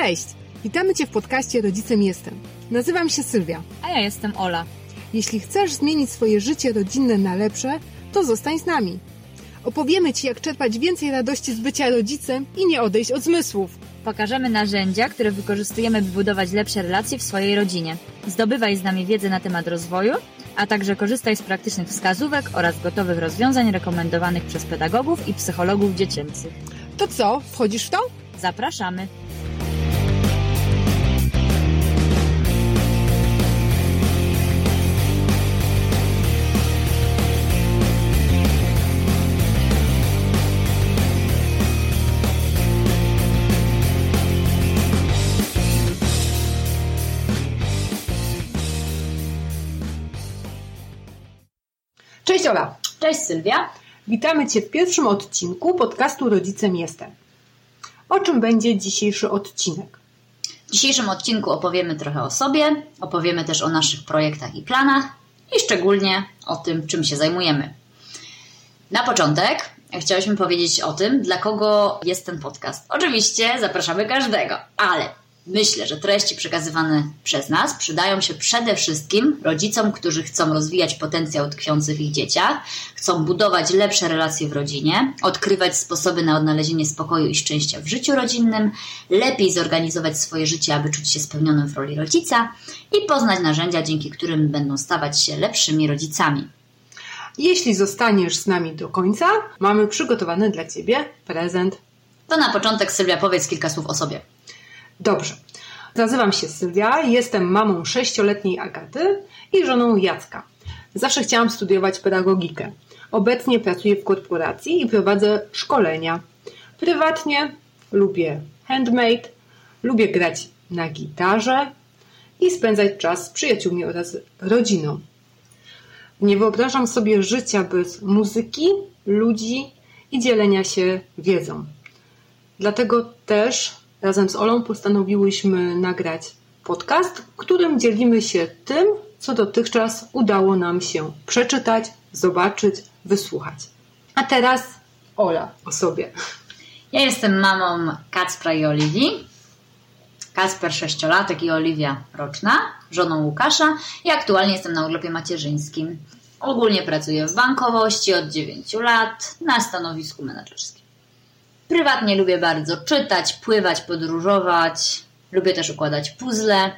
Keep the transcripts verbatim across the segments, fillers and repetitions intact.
Cześć! Witamy Cię w podcaście Rodzicem Jestem. Nazywam się Sylwia. A ja jestem Ola. Jeśli chcesz zmienić swoje życie rodzinne na lepsze, to zostań z nami. Opowiemy Ci, jak czerpać więcej radości z bycia rodzicem i nie odejść od zmysłów. Pokażemy narzędzia, które wykorzystujemy, by budować lepsze relacje w swojej rodzinie. Zdobywaj z nami wiedzę na temat rozwoju, a także korzystaj z praktycznych wskazówek oraz gotowych rozwiązań rekomendowanych przez pedagogów i psychologów dziecięcych. To co, wchodzisz w to? Zapraszamy! Cześć Ola! Cześć Sylwia! Witamy Cię w pierwszym odcinku podcastu Rodzicem Jestem. O czym będzie dzisiejszy odcinek? W dzisiejszym odcinku opowiemy trochę o sobie, opowiemy też o naszych projektach i planach i szczególnie o tym, czym się zajmujemy. Na początek chciałyśmy powiedzieć o tym, dla kogo jest ten podcast. Oczywiście zapraszamy każdego, ale myślę, że treści przekazywane przez nas przydają się przede wszystkim rodzicom, którzy chcą rozwijać potencjał tkwiący w ich dzieciach, chcą budować lepsze relacje w rodzinie, odkrywać sposoby na odnalezienie spokoju i szczęścia w życiu rodzinnym, lepiej zorganizować swoje życie, aby czuć się spełnionym w roli rodzica i poznać narzędzia, dzięki którym będą stawać się lepszymi rodzicami. Jeśli zostaniesz z nami do końca, mamy przygotowany dla Ciebie prezent. To na początek, Sylwia, powiedz kilka słów o sobie. Dobrze. Nazywam się Sylwia, jestem mamą sześcioletniej Agaty i żoną Jacka. Zawsze chciałam studiować pedagogikę. Obecnie pracuję w korporacji i prowadzę szkolenia. Prywatnie lubię handmade, lubię grać na gitarze i spędzać czas z przyjaciółmi oraz rodziną. Nie wyobrażam sobie życia bez muzyki, ludzi i dzielenia się wiedzą. Dlatego też razem z Olą postanowiłyśmy nagrać podcast, w którym dzielimy się tym, co dotychczas udało nam się przeczytać, zobaczyć, wysłuchać. A teraz Ola o sobie. Ja jestem mamą Kacpra i Oliwii. Kacper sześciolatek i Oliwia roczna, żoną Łukasza i aktualnie jestem na urlopie macierzyńskim. Ogólnie pracuję w bankowości od dziewięciu lat na stanowisku menedżerskim. Prywatnie lubię bardzo czytać, pływać, podróżować. Lubię też układać puzzle,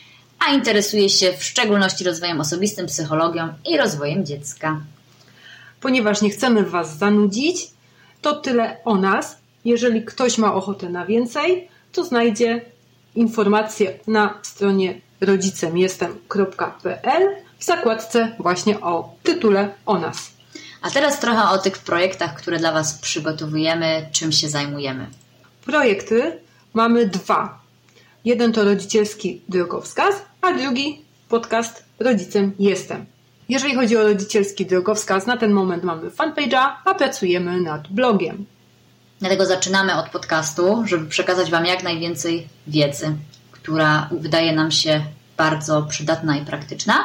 a interesuję się w szczególności rozwojem osobistym, psychologią i rozwojem dziecka. Ponieważ nie chcemy Was zanudzić, to tyle o nas. Jeżeli ktoś ma ochotę na więcej, to znajdzie informacje na stronie rodzicem jestem kropka p l w zakładce właśnie o tytule o nas. A teraz trochę o tych projektach, które dla Was przygotowujemy, czym się zajmujemy. Projekty mamy dwa. Jeden to rodzicielski drogowskaz, a drugi podcast Rodzicem Jestem. Jeżeli chodzi o rodzicielski drogowskaz, na ten moment mamy fanpage'a, a pracujemy nad blogiem. Dlatego zaczynamy od podcastu, żeby przekazać Wam jak najwięcej wiedzy, która wydaje nam się bardzo przydatna i praktyczna.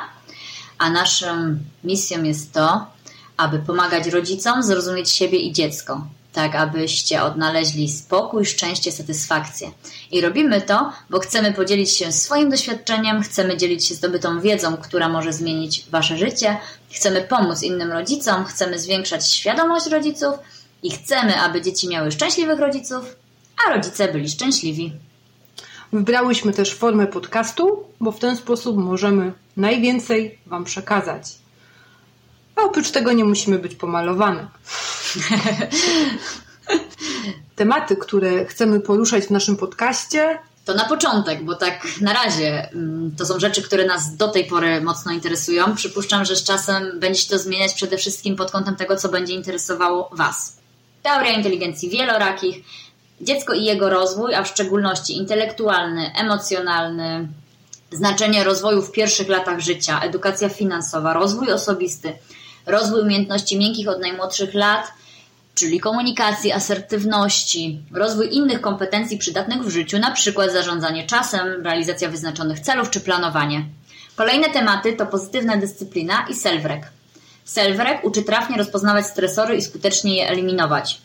A naszą misją jest to, aby pomagać rodzicom zrozumieć siebie i dziecko, tak abyście odnaleźli spokój, szczęście, satysfakcję. I robimy to, bo chcemy podzielić się swoim doświadczeniem, chcemy dzielić się zdobytą wiedzą, która może zmienić Wasze życie, chcemy pomóc innym rodzicom, chcemy zwiększać świadomość rodziców i chcemy, aby dzieci miały szczęśliwych rodziców, a rodzice byli szczęśliwi. Wybrałyśmy też formę podcastu, bo w ten sposób możemy najwięcej Wam przekazać. A oprócz tego nie musimy być pomalowane. Tematy, które chcemy poruszać w naszym podcaście, to na początek, bo tak na razie to są rzeczy, które nas do tej pory mocno interesują. Przypuszczam, że z czasem będzie się to zmieniać przede wszystkim pod kątem tego, co będzie interesowało Was. Teoria inteligencji wielorakich, dziecko i jego rozwój, a w szczególności intelektualny, emocjonalny, znaczenie rozwoju w pierwszych latach życia, edukacja finansowa, rozwój osobisty, rozwój umiejętności miękkich od najmłodszych lat, czyli komunikacji, asertywności, rozwój innych kompetencji przydatnych w życiu, na przykład zarządzanie czasem, realizacja wyznaczonych celów czy planowanie. Kolejne tematy to pozytywna dyscyplina i self-rec. Self-rec uczy trafnie rozpoznawać stresory i skutecznie je eliminować.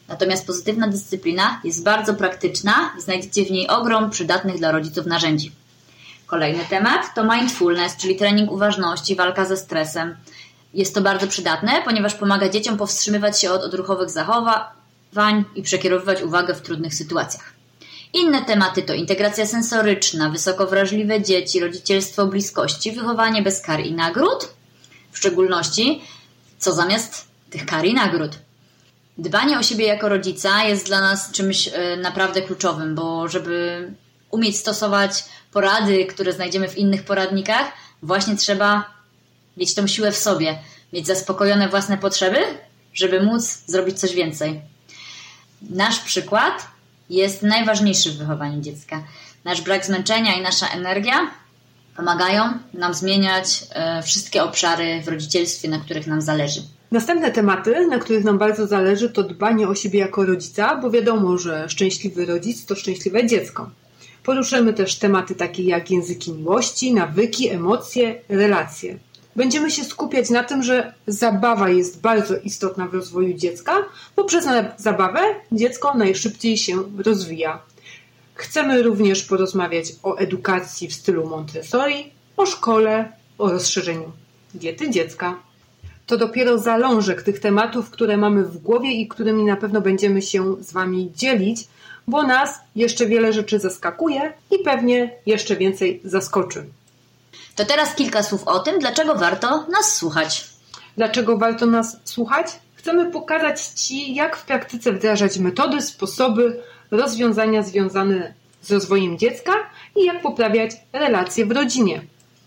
Natomiast pozytywna dyscyplina jest bardzo praktyczna i znajdziecie w niej ogrom przydatnych dla rodziców narzędzi. Kolejny temat to mindfulness, czyli trening uważności, walka ze stresem. Jest to bardzo przydatne, ponieważ pomaga dzieciom powstrzymywać się od odruchowych zachowań i przekierowywać uwagę w trudnych sytuacjach. Inne tematy to integracja sensoryczna, wysoko wrażliwe dzieci, rodzicielstwo bliskości, wychowanie bez kar i nagród, w szczególności co zamiast tych kar i nagród. Dbanie o siebie jako rodzica jest dla nas czymś naprawdę kluczowym, bo żeby umieć stosować porady, które znajdziemy w innych poradnikach, właśnie trzeba mieć tą siłę w sobie, mieć zaspokojone własne potrzeby, żeby móc zrobić coś więcej. Nasz przykład jest najważniejszy w wychowaniu dziecka. Nasz brak zmęczenia i nasza energia pomagają nam zmieniać wszystkie obszary w rodzicielstwie, na których nam zależy. Następne tematy, na których nam bardzo zależy, to dbanie o siebie jako rodzica, bo wiadomo, że szczęśliwy rodzic to szczęśliwe dziecko. Poruszymy też tematy takie jak języki miłości, nawyki, emocje, relacje. Będziemy się skupiać na tym, że zabawa jest bardzo istotna w rozwoju dziecka, bo przez zabawę dziecko najszybciej się rozwija. Chcemy również porozmawiać o edukacji w stylu Montessori, o szkole, o rozszerzeniu diety dziecka. To dopiero zalążek tych tematów, które mamy w głowie i którymi na pewno będziemy się z Wami dzielić, bo nas jeszcze wiele rzeczy zaskakuje i pewnie jeszcze więcej zaskoczy. To teraz kilka słów o tym, dlaczego warto nas słuchać. Dlaczego warto nas słuchać? Chcemy pokazać Ci, jak w praktyce wdrażać metody, sposoby, rozwiązania związane z rozwojem dziecka i jak poprawiać relacje w rodzinie.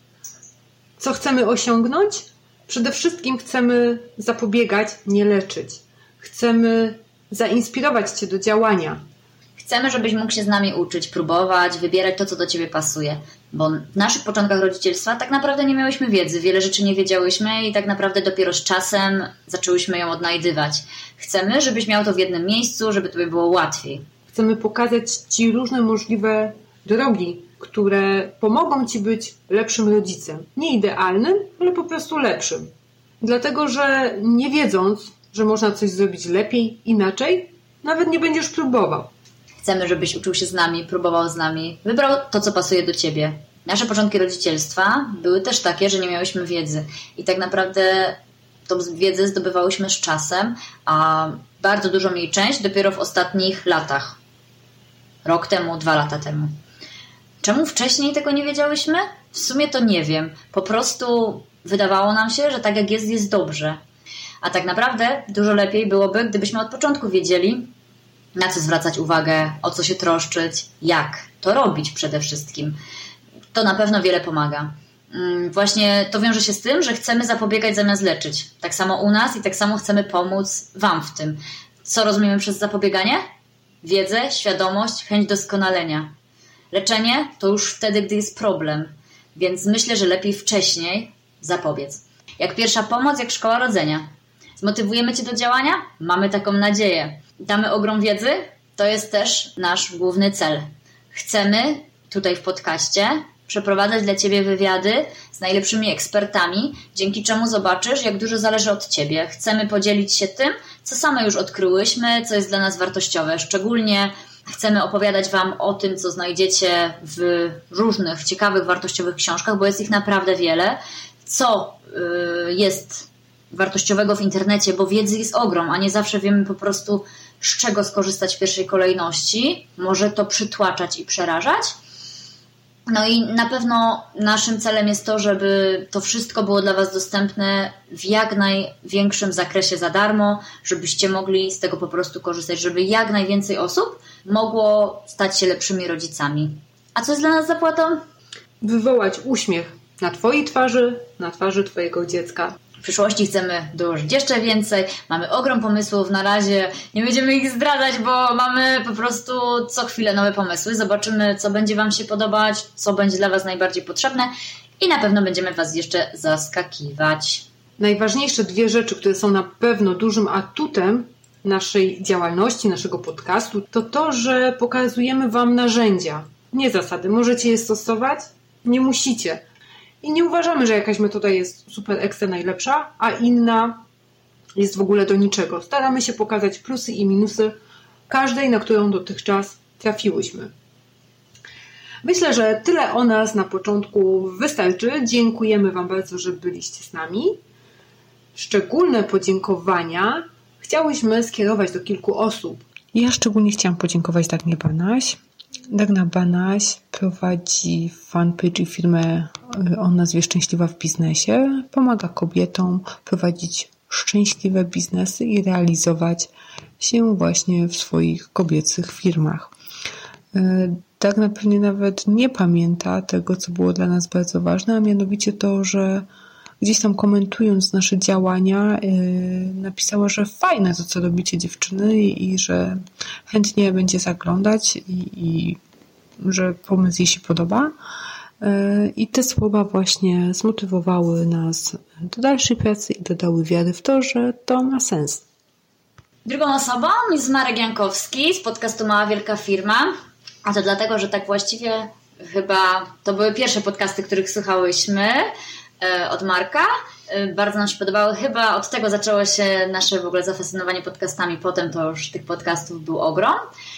Co chcemy osiągnąć? Przede wszystkim chcemy zapobiegać, nie leczyć. Chcemy zainspirować Cię do działania. Chcemy, żebyś mógł się z nami uczyć, próbować, wybierać to, co do Ciebie pasuje. Bo w naszych początkach rodzicielstwa tak naprawdę nie miałyśmy wiedzy, wiele rzeczy nie wiedziałyśmy i tak naprawdę dopiero z czasem zaczęłyśmy ją odnajdywać. Chcemy, żebyś miał to w jednym miejscu, żeby Tobie było łatwiej. Chcemy pokazać Ci różne możliwe drogi, które pomogą Ci być lepszym rodzicem. Nie idealnym, ale po prostu lepszym. Dlatego, że nie wiedząc, że można coś zrobić lepiej, inaczej, nawet nie będziesz próbował. Chcemy, żebyś uczył się z nami, próbował z nami, wybrał to, co pasuje do Ciebie. Nasze początki rodzicielstwa były też takie, że nie miałyśmy wiedzy. I tak naprawdę tą wiedzę zdobywałyśmy z czasem, a bardzo dużą jej część dopiero w ostatnich latach. Rok temu, dwa lata temu. Czemu wcześniej tego nie wiedziałyśmy? W sumie to nie wiem. Po prostu wydawało nam się, że tak jak jest, jest dobrze. A tak naprawdę dużo lepiej byłoby, gdybyśmy od początku wiedzieli, na co zwracać uwagę, o co się troszczyć, jak to robić przede wszystkim. To na pewno wiele pomaga. Właśnie to wiąże się z tym, że chcemy zapobiegać zamiast leczyć. Tak samo u nas i tak samo chcemy pomóc Wam w tym. Co rozumiemy przez zapobieganie? Wiedzę, świadomość, chęć doskonalenia. Leczenie to już wtedy, gdy jest problem. Więc myślę, że lepiej wcześniej zapobiec. Jak pierwsza pomoc, jak szkoła rodzenia. Zmotywujemy Cię do działania? Mamy taką nadzieję. Damy ogrom wiedzy? To jest też nasz główny cel. Chcemy tutaj w podcaście przeprowadzać dla Ciebie wywiady z najlepszymi ekspertami, dzięki czemu zobaczysz, jak dużo zależy od Ciebie. Chcemy podzielić się tym, co same już odkryłyśmy, co jest dla nas wartościowe. Szczególnie chcemy opowiadać Wam o tym, co znajdziecie w różnych ciekawych, wartościowych książkach, bo jest ich naprawdę wiele. Co yy, jest wartościowego w internecie, bo wiedzy jest ogrom, a nie zawsze wiemy po prostu, z czego skorzystać w pierwszej kolejności. Może to przytłaczać i przerażać. No i na pewno naszym celem jest to, żeby to wszystko było dla Was dostępne w jak największym zakresie za darmo, żebyście mogli z tego po prostu korzystać, żeby jak najwięcej osób mogło stać się lepszymi rodzicami. A co jest dla nas zapłatą? Wywołać uśmiech na Twojej twarzy, na twarzy Twojego dziecka. W przyszłości chcemy dołożyć jeszcze więcej. Mamy ogrom pomysłów. Na razie nie będziemy ich zdradzać, bo mamy po prostu co chwilę nowe pomysły. Zobaczymy, co będzie Wam się podobać, co będzie dla Was najbardziej potrzebne i na pewno będziemy Was jeszcze zaskakiwać. Najważniejsze dwie rzeczy, które są na pewno dużym atutem naszej działalności, naszego podcastu, to to, że pokazujemy Wam narzędzia, nie zasady. Możecie je stosować, nie musicie. I nie uważamy, że jakaś metoda jest super ekstra najlepsza, a inna jest w ogóle do niczego. Staramy się pokazać plusy i minusy każdej, na którą dotychczas trafiłyśmy. Myślę, że tyle o nas na początku wystarczy. Dziękujemy Wam bardzo, że byliście z nami. Szczególne podziękowania chciałyśmy skierować do kilku osób. Ja szczególnie chciałam podziękować Dagnie Banaś. Dagna Banaś prowadzi fanpage i firmę o nazwie Szczęśliwa w biznesie. Pomaga kobietom prowadzić szczęśliwe biznesy i realizować się właśnie w swoich kobiecych firmach. Dagna pewnie nawet nie pamięta tego, co było dla nas bardzo ważne, a mianowicie to, że gdzieś tam komentując nasze działania yy, napisała, że fajne to, co robicie dziewczyny i, i że chętnie będzie zaglądać i, i że pomysł jej się podoba. Yy, I te słowa właśnie zmotywowały nas do dalszej pracy i dodały wiary w to, że to ma sens. Drugą osobą jest Marek Jankowski z podcastu Mała Wielka Firma. A to dlatego, że tak właściwie chyba to były pierwsze podcasty, których słuchałyśmy od Marka. Bardzo nam się podobały. Chyba od tego zaczęło się nasze w ogóle zafascynowanie podcastami. Potem to już tych podcastów był ogrom.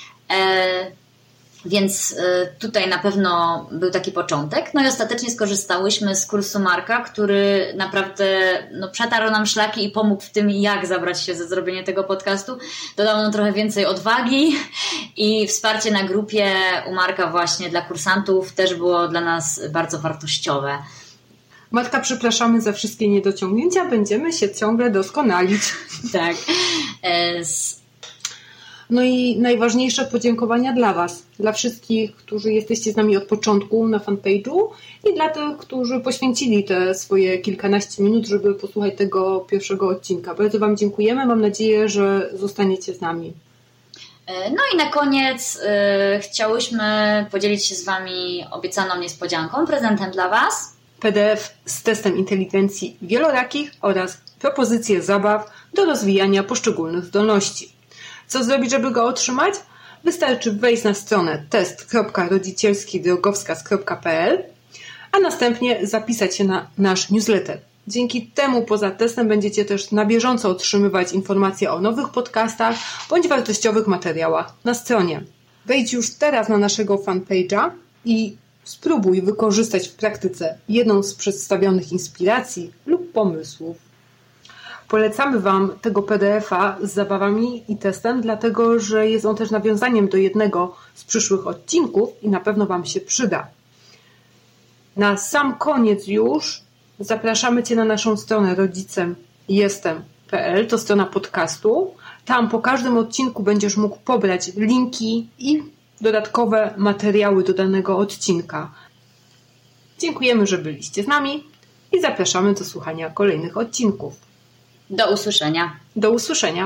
Więc tutaj na pewno był taki początek. No i ostatecznie skorzystałyśmy z kursu Marka, który naprawdę no, przetarł nam szlaki i pomógł w tym, jak zabrać się za zrobienie tego podcastu. Dodał nam trochę więcej odwagi i wsparcie na grupie u Marka właśnie dla kursantów też było dla nas bardzo wartościowe. Marka, przepraszamy za wszystkie niedociągnięcia, będziemy się ciągle doskonalić. Tak. Z... No i najważniejsze podziękowania dla Was, dla wszystkich, którzy jesteście z nami od początku na fanpage'u i dla tych, którzy poświęcili te swoje kilkanaście minut, żeby posłuchać tego pierwszego odcinka. Bardzo Wam dziękujemy, mam nadzieję, że zostaniecie z nami. No i na koniec yy, chciałyśmy podzielić się z Wami obiecaną niespodzianką, prezentem dla Was. P D F z testem inteligencji wielorakich oraz propozycje zabaw do rozwijania poszczególnych zdolności. Co zrobić, żeby go otrzymać? Wystarczy wejść na stronę test kropka rodzicielski drogowskaz kropka p l, a następnie zapisać się na nasz newsletter. Dzięki temu poza testem będziecie też na bieżąco otrzymywać informacje o nowych podcastach bądź wartościowych materiałach na stronie. Wejdź już teraz na naszego fanpage'a i spróbuj wykorzystać w praktyce jedną z przedstawionych inspiracji lub pomysłów. Polecamy Wam tego P D F-a z zabawami i testem, dlatego że jest on też nawiązaniem do jednego z przyszłych odcinków i na pewno Wam się przyda. Na sam koniec już zapraszamy Cię na naszą stronę rodzicem jestem kropka p l, to strona podcastu. Tam po każdym odcinku będziesz mógł pobrać linki i dodatkowe materiały do danego odcinka. Dziękujemy, że byliście z nami i zapraszamy do słuchania kolejnych odcinków. Do usłyszenia. Do usłyszenia.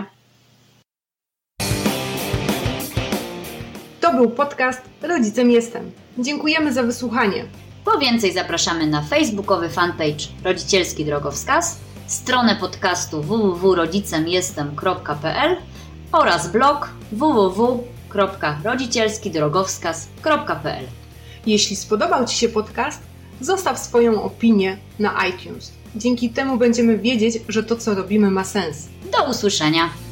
To był podcast Rodzicem Jestem. Dziękujemy za wysłuchanie. Po więcej zapraszamy na facebookowy fanpage Rodzicielski Drogowskaz, stronę podcastu w w w kropka rodzicem jestem kropka p l oraz blog w w w kropka rodzicielski drogowskaz kropka p l. Jeśli spodobał Ci się podcast, zostaw swoją opinię na iTunes. Dzięki temu będziemy wiedzieć, że to, co robimy, ma sens. Do usłyszenia.